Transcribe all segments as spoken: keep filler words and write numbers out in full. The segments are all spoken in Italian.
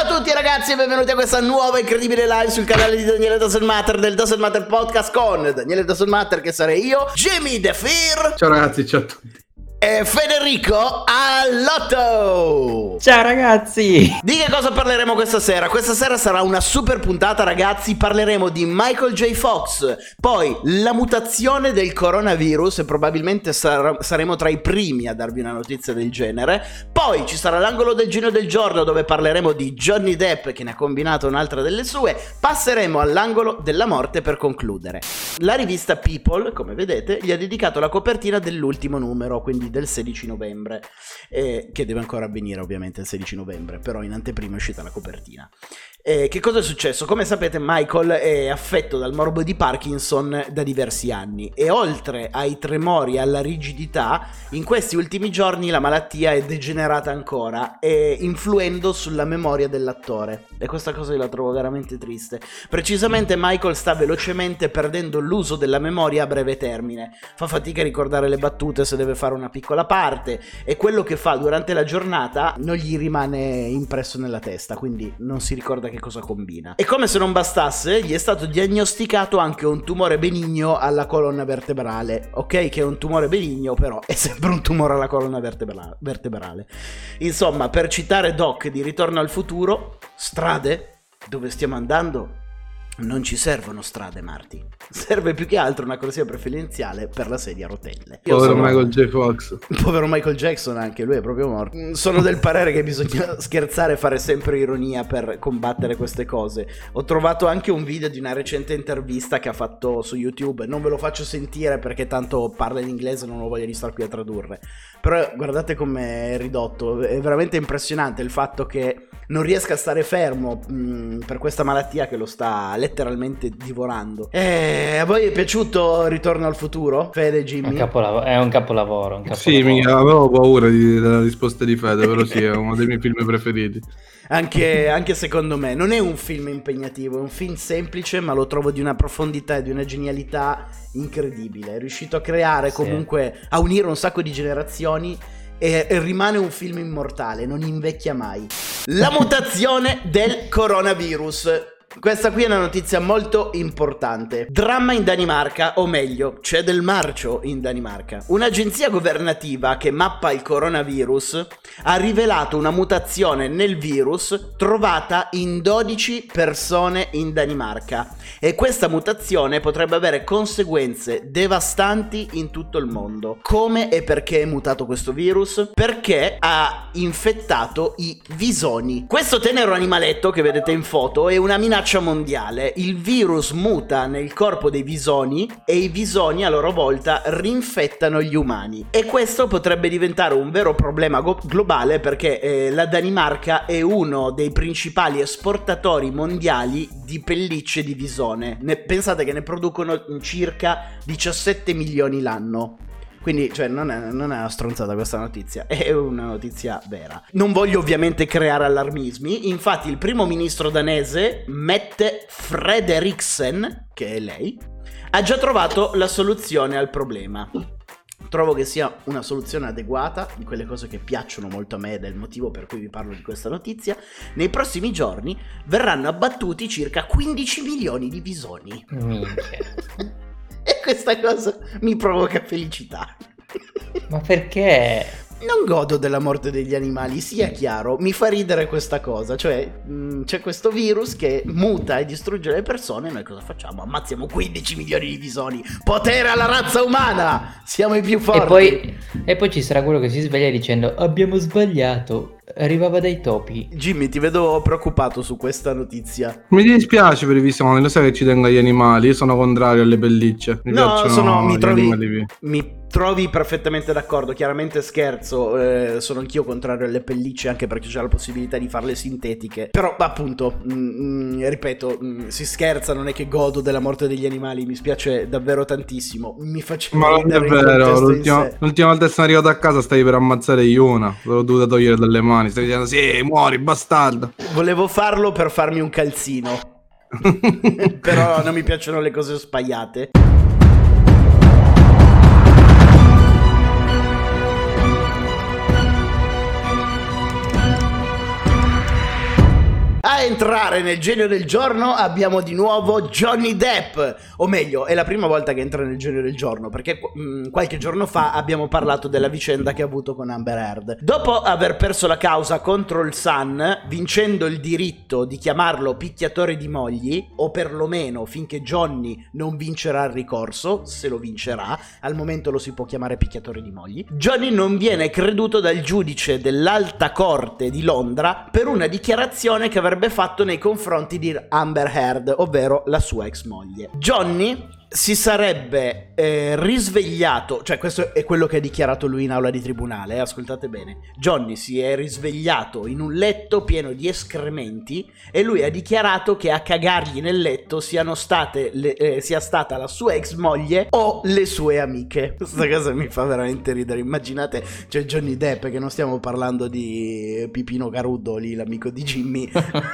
Ciao a tutti ragazzi e benvenuti a questa nuova incredibile live sul canale di Daniele Doesn't Matter del Doesn't Matter Podcast con Daniele Doesn't Matter, che sarei io, Jimmy The Fear. Ciao ragazzi, ciao a tutti. E Federico Allotto. Ciao ragazzi. Di che cosa parleremo questa sera? Questa sera sarà una super puntata ragazzi. Parleremo di Michael J. Fox, poi la mutazione del coronavirus, e probabilmente sar- saremo tra i primi a darvi una notizia del genere. Poi ci sarà l'angolo del genio del giorno, dove parleremo di Johnny Depp, che ne ha combinato un'altra delle sue. Passeremo all'angolo della morte per concludere. La rivista People, come vedete, gli ha dedicato la copertina dell'ultimo numero, quindi del sedici novembre, eh, che deve ancora avvenire ovviamente il sedici novembre, però in anteprima è uscita la copertina. Eh, che cosa è successo? Come sapete, Michael è affetto dal morbo di Parkinson da diversi anni, e oltre ai tremori e alla rigidità, in questi ultimi giorni la malattia è degenerata ancora, e influendo sulla memoria dell'attore, e questa cosa io la trovo veramente triste. Precisamente Michael sta velocemente perdendo l'uso della memoria a breve termine, fa fatica a ricordare le battute se deve fare una piccola parte, e quello che fa durante la giornata non gli rimane impresso nella testa, quindi non si ricorda che cosa combina. E come se non bastasse, gli è stato diagnosticato anche un tumore benigno alla colonna vertebrale. Ok che è un tumore benigno, però è sempre un tumore alla colonna vertebra- vertebrale. Insomma, per citare Doc di Ritorno al futuro, strade? Dove stiamo andando? Non ci servono strade, Marty. Serve più che altro una corsia preferenziale per la sedia a rotelle. Io Povero sono... Michael J. Fox. Povero Michael Jackson, anche lui è proprio morto. Sono del parere che bisogna scherzare e fare sempre ironia per combattere queste cose. Ho trovato anche un video di una recente intervista che ha fatto su YouTube. Non ve lo faccio sentire perché tanto parla in inglese e non ho voglia di star qui a tradurre. Però guardate com'è ridotto. È veramente impressionante il fatto che non riesca a stare fermo mh, per questa malattia che lo sta letteralmente divorando. E a voi è piaciuto Ritorno al futuro? Fede, Jimmy? È un capolavoro. È un capolavoro, un capolavoro. Sì, mi avevo paura di, della risposta di Fede, però sì, è uno dei miei film preferiti. Anche, anche secondo me non è un film impegnativo, è un film semplice, ma lo trovo di una profondità e di una genialità incredibile. È riuscito a creare, sì, comunque a unire un sacco di generazioni, e rimane un film immortale, non invecchia mai. La mutazione del coronavirus. Questa qui è una notizia molto importante. Dramma in Danimarca, o meglio, c'è del marcio in Danimarca. Un'agenzia governativa che mappa il coronavirus ha rivelato una mutazione nel virus trovata in dodici persone in Danimarca, e questa mutazione potrebbe avere conseguenze devastanti in tutto il mondo. Come e perché è mutato questo virus? Perché ha infettato i visoni. Questo tenero animaletto che vedete in foto è una minaccia mondiale. Il virus muta nel corpo dei visoni e i visoni a loro volta rinfettano gli umani, e questo potrebbe diventare un vero problema go- globale perché eh, la Danimarca è uno dei principali esportatori mondiali di pellicce di visone. Ne, pensate che ne producono circa diciassette milioni l'anno. Quindi, cioè, non è, non è una stronzata questa notizia, è una notizia vera. Non voglio ovviamente creare allarmismi, infatti il primo ministro danese, Mette Frederiksen, che è lei, ha già trovato la soluzione al problema. Trovo che sia una soluzione adeguata, di quelle cose che piacciono molto a me ed è il motivo per cui vi parlo di questa notizia. Nei prossimi giorni verranno abbattuti circa quindici milioni di visoni. Minchia. E questa cosa mi provoca felicità. Ma perché? Non godo della morte degli animali, sia chiaro, mi fa ridere questa cosa, cioè mh, c'è questo virus che muta e distrugge le persone, e noi cosa facciamo? Ammazziamo quindici milioni di visoni, potere alla razza umana, siamo i più forti. E poi, e poi ci sarà quello che si sveglia dicendo abbiamo sbagliato, arrivava dai topi. Jimmy, ti vedo preoccupato su questa notizia. Mi dispiace per i visoni, lo sai che ci tengo agli animali, io sono contrario alle pellicce. Mi no, piacciono sono, mi gli trovi, animali. mi trovi perfettamente d'accordo, chiaramente scherzo, eh, sono anch'io contrario alle pellicce, anche perché c'è la possibilità di farle sintetiche, però appunto, mh, mh, ripeto, mh, si scherza, non è che godo della morte degli animali, mi spiace davvero tantissimo, mi faceva Ma non è vero, l'ultima, l'ultima volta che sono arrivato a casa stavi per ammazzare Iona, l'ho dovuta togliere dalle mani, stai dicendo sì, muori, bastardo. Volevo farlo per farmi un calzino, però non mi piacciono le cose spaiate. A entrare nel genio del giorno abbiamo di nuovo Johnny Depp, o meglio è la prima volta che entra nel genio del giorno perché mh, qualche giorno fa abbiamo parlato della vicenda che ha avuto con Amber Heard. Dopo aver perso la causa contro il Sun, vincendo il diritto di chiamarlo picchiatore di mogli, o perlomeno finché Johnny non vincerà il ricorso, se lo vincerà, al momento lo si può chiamare picchiatore di mogli, Johnny non viene creduto dal giudice dell'Alta Corte di Londra per una dichiarazione che avrebbe fatto nei confronti di Amber Heard, ovvero la sua ex moglie. Johnny si sarebbe eh, risvegliato, cioè questo è quello che ha dichiarato lui in aula di tribunale, eh, ascoltate bene. Johnny si è risvegliato in un letto pieno di escrementi e lui ha dichiarato che a cagargli nel letto siano state le, eh, sia stata la sua ex moglie o le sue amiche. Questa cosa mi fa veramente ridere. Immaginate, c'è Johnny Depp, che non stiamo parlando di Pipino Caruddo lì, l'amico di Jimmy,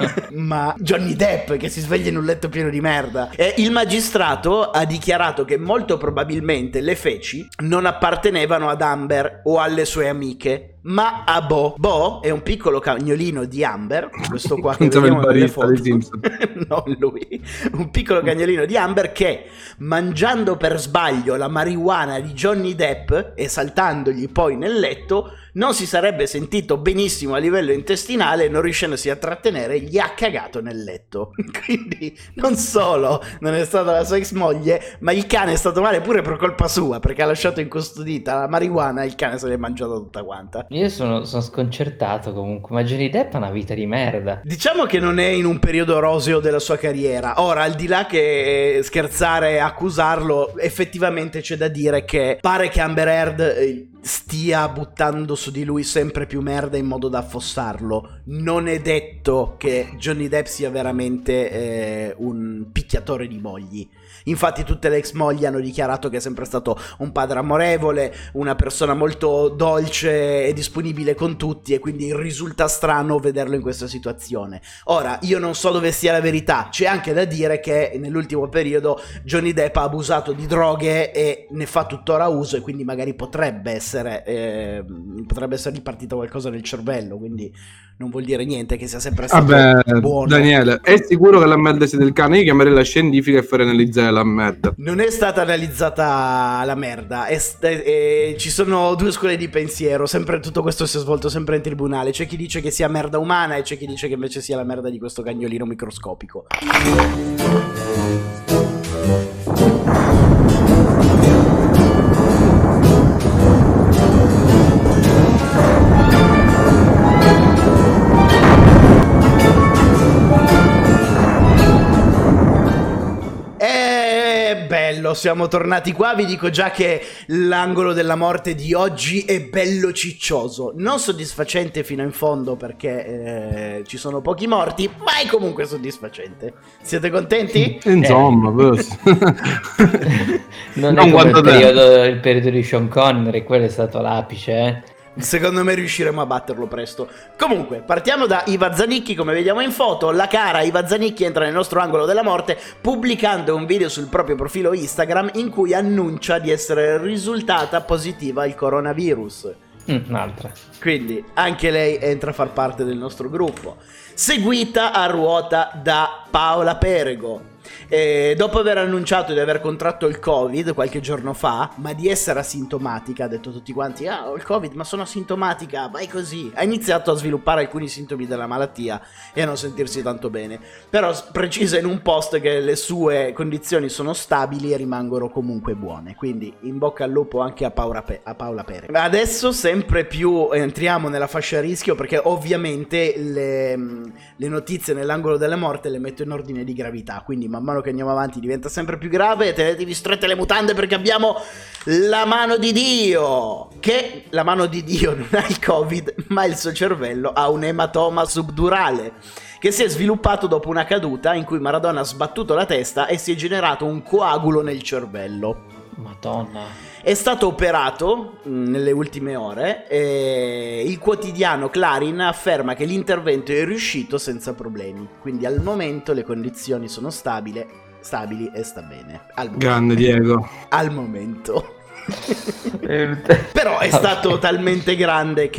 ma Johnny Depp che si sveglia in un letto pieno di merda. E il magistrato ha dichiarato che molto probabilmente le feci non appartenevano ad Amber o alle sue amiche, ma a Bo. Bo è un piccolo cagnolino di Amber, questo qua che vediamo nelle foto. Non lui, un piccolo cagnolino di Amber che, mangiando per sbaglio la marijuana di Johnny Depp e saltandogli poi nel letto, non si sarebbe sentito benissimo a livello intestinale e non riuscendosi a trattenere gli ha cagato nel letto. Quindi non solo non è stata la sua ex moglie, ma il cane è stato male pure per colpa sua, perché ha lasciato incustodita la marijuana e il cane se l'è mangiata tutta quanta. Io sono, sono sconcertato comunque, ma Johnny Depp ha una vita di merda. Diciamo che non è in un periodo roseo della sua carriera. Ora, al di là che scherzare e accusarlo, effettivamente c'è da dire che pare che Amber Heard stia buttando su di lui sempre più merda in modo da affossarlo. Non è detto che Johnny Depp sia veramente eh, un picchiatore di mogli. Infatti tutte le ex mogli hanno dichiarato che è sempre stato un padre amorevole, una persona molto dolce e disponibile con tutti, e quindi risulta strano vederlo in questa situazione. Ora, io non so dove sia la verità, c'è anche da dire che nell'ultimo periodo Johnny Depp ha abusato di droghe e ne fa tuttora uso, e quindi magari potrebbe essere eh, potrebbe essergli partito qualcosa nel cervello, quindi non vuol dire niente che sia sempre stato Vabbè, buono. Daniele, è sicuro che la merda sia del cane? Io chiamerei la scientifica e fare analizzare la merda. Non è stata analizzata la merda, è st- è- ci sono due scuole di pensiero, sempre tutto questo si è svolto sempre in tribunale. C'è chi dice che sia merda umana e c'è chi dice che invece sia la merda di questo cagnolino microscopico. Bello, siamo tornati qua. Vi dico già che l'angolo della morte di oggi è bello ciccioso, non soddisfacente fino in fondo perché eh, ci sono pochi morti, ma è comunque soddisfacente. Siete contenti? Insomma, eh. non, non è come il periodo, il periodo di Sean Connery, quello è stato l'apice, eh. Secondo me riusciremo a batterlo presto. Comunque, partiamo da Iva Zanicchi, come vediamo in foto. La cara Iva Zanicchi entra nel nostro angolo della morte pubblicando un video sul proprio profilo Instagram in cui annuncia di essere risultata positiva al coronavirus. Mm, un'altra. Quindi anche lei entra a far parte del nostro gruppo. Seguita a ruota da Paola Perego. E dopo aver annunciato di aver contratto il Covid qualche giorno fa, ma di essere asintomatica, ha detto a tutti quanti: ah, ho il Covid ma sono asintomatica, vai così. Ha iniziato a sviluppare alcuni sintomi della malattia e a non sentirsi tanto bene, però precisa in un post che le sue condizioni sono stabili e rimangono comunque buone. Quindi in bocca al lupo anche a Paola, Pe- a Paola Perez. Adesso sempre più entriamo nella fascia a rischio, perché ovviamente le, le notizie nell'angolo della morte le metto in ordine di gravità, quindi man mano che andiamo avanti diventa sempre più grave. Tenetevi strette le mutande perché abbiamo la mano di Dio, che la mano di Dio non ha il Covid ma il suo cervello ha un ematoma subdurale che si è sviluppato dopo una caduta in cui Maradona ha sbattuto la testa e si è generato un coagulo nel cervello. Madonna. È stato operato mh, nelle ultime ore e il quotidiano Clarin afferma che l'intervento è riuscito senza problemi. Quindi al momento le condizioni sono stabili, stabili e sta bene. Al Grande Diego. Al momento. Però è stato talmente grande che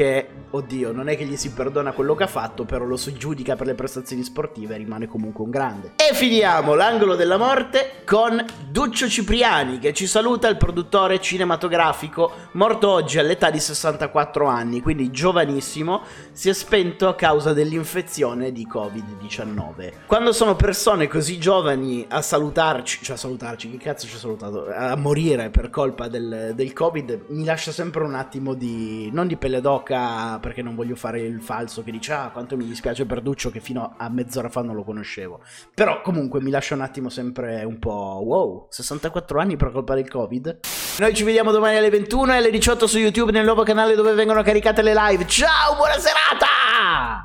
oddio, non è che gli si perdona quello che ha fatto, però lo si giudica per le prestazioni sportive e rimane comunque un grande. E finiamo l'angolo della morte con Duccio Cipriani, che ci saluta, il produttore cinematografico, morto oggi all'età di sessantaquattro anni, quindi giovanissimo, si è spento a causa dell'infezione di covid diciannove. Quando sono persone così giovani a salutarci, cioè a salutarci, chi cazzo ci ha salutato? A morire per colpa del, del covid, mi lascia sempre un attimo di, non di pelle d'oca, perché non voglio fare il falso che dice ah quanto mi dispiace per Duccio che fino a mezz'ora fa non lo conoscevo, però comunque mi lascia un attimo sempre un po' wow, sessantaquattro anni per colpa del covid. Noi ci vediamo domani alle ventuno e alle diciotto su YouTube nel nuovo canale dove vengono caricate le live. Ciao, buona serata!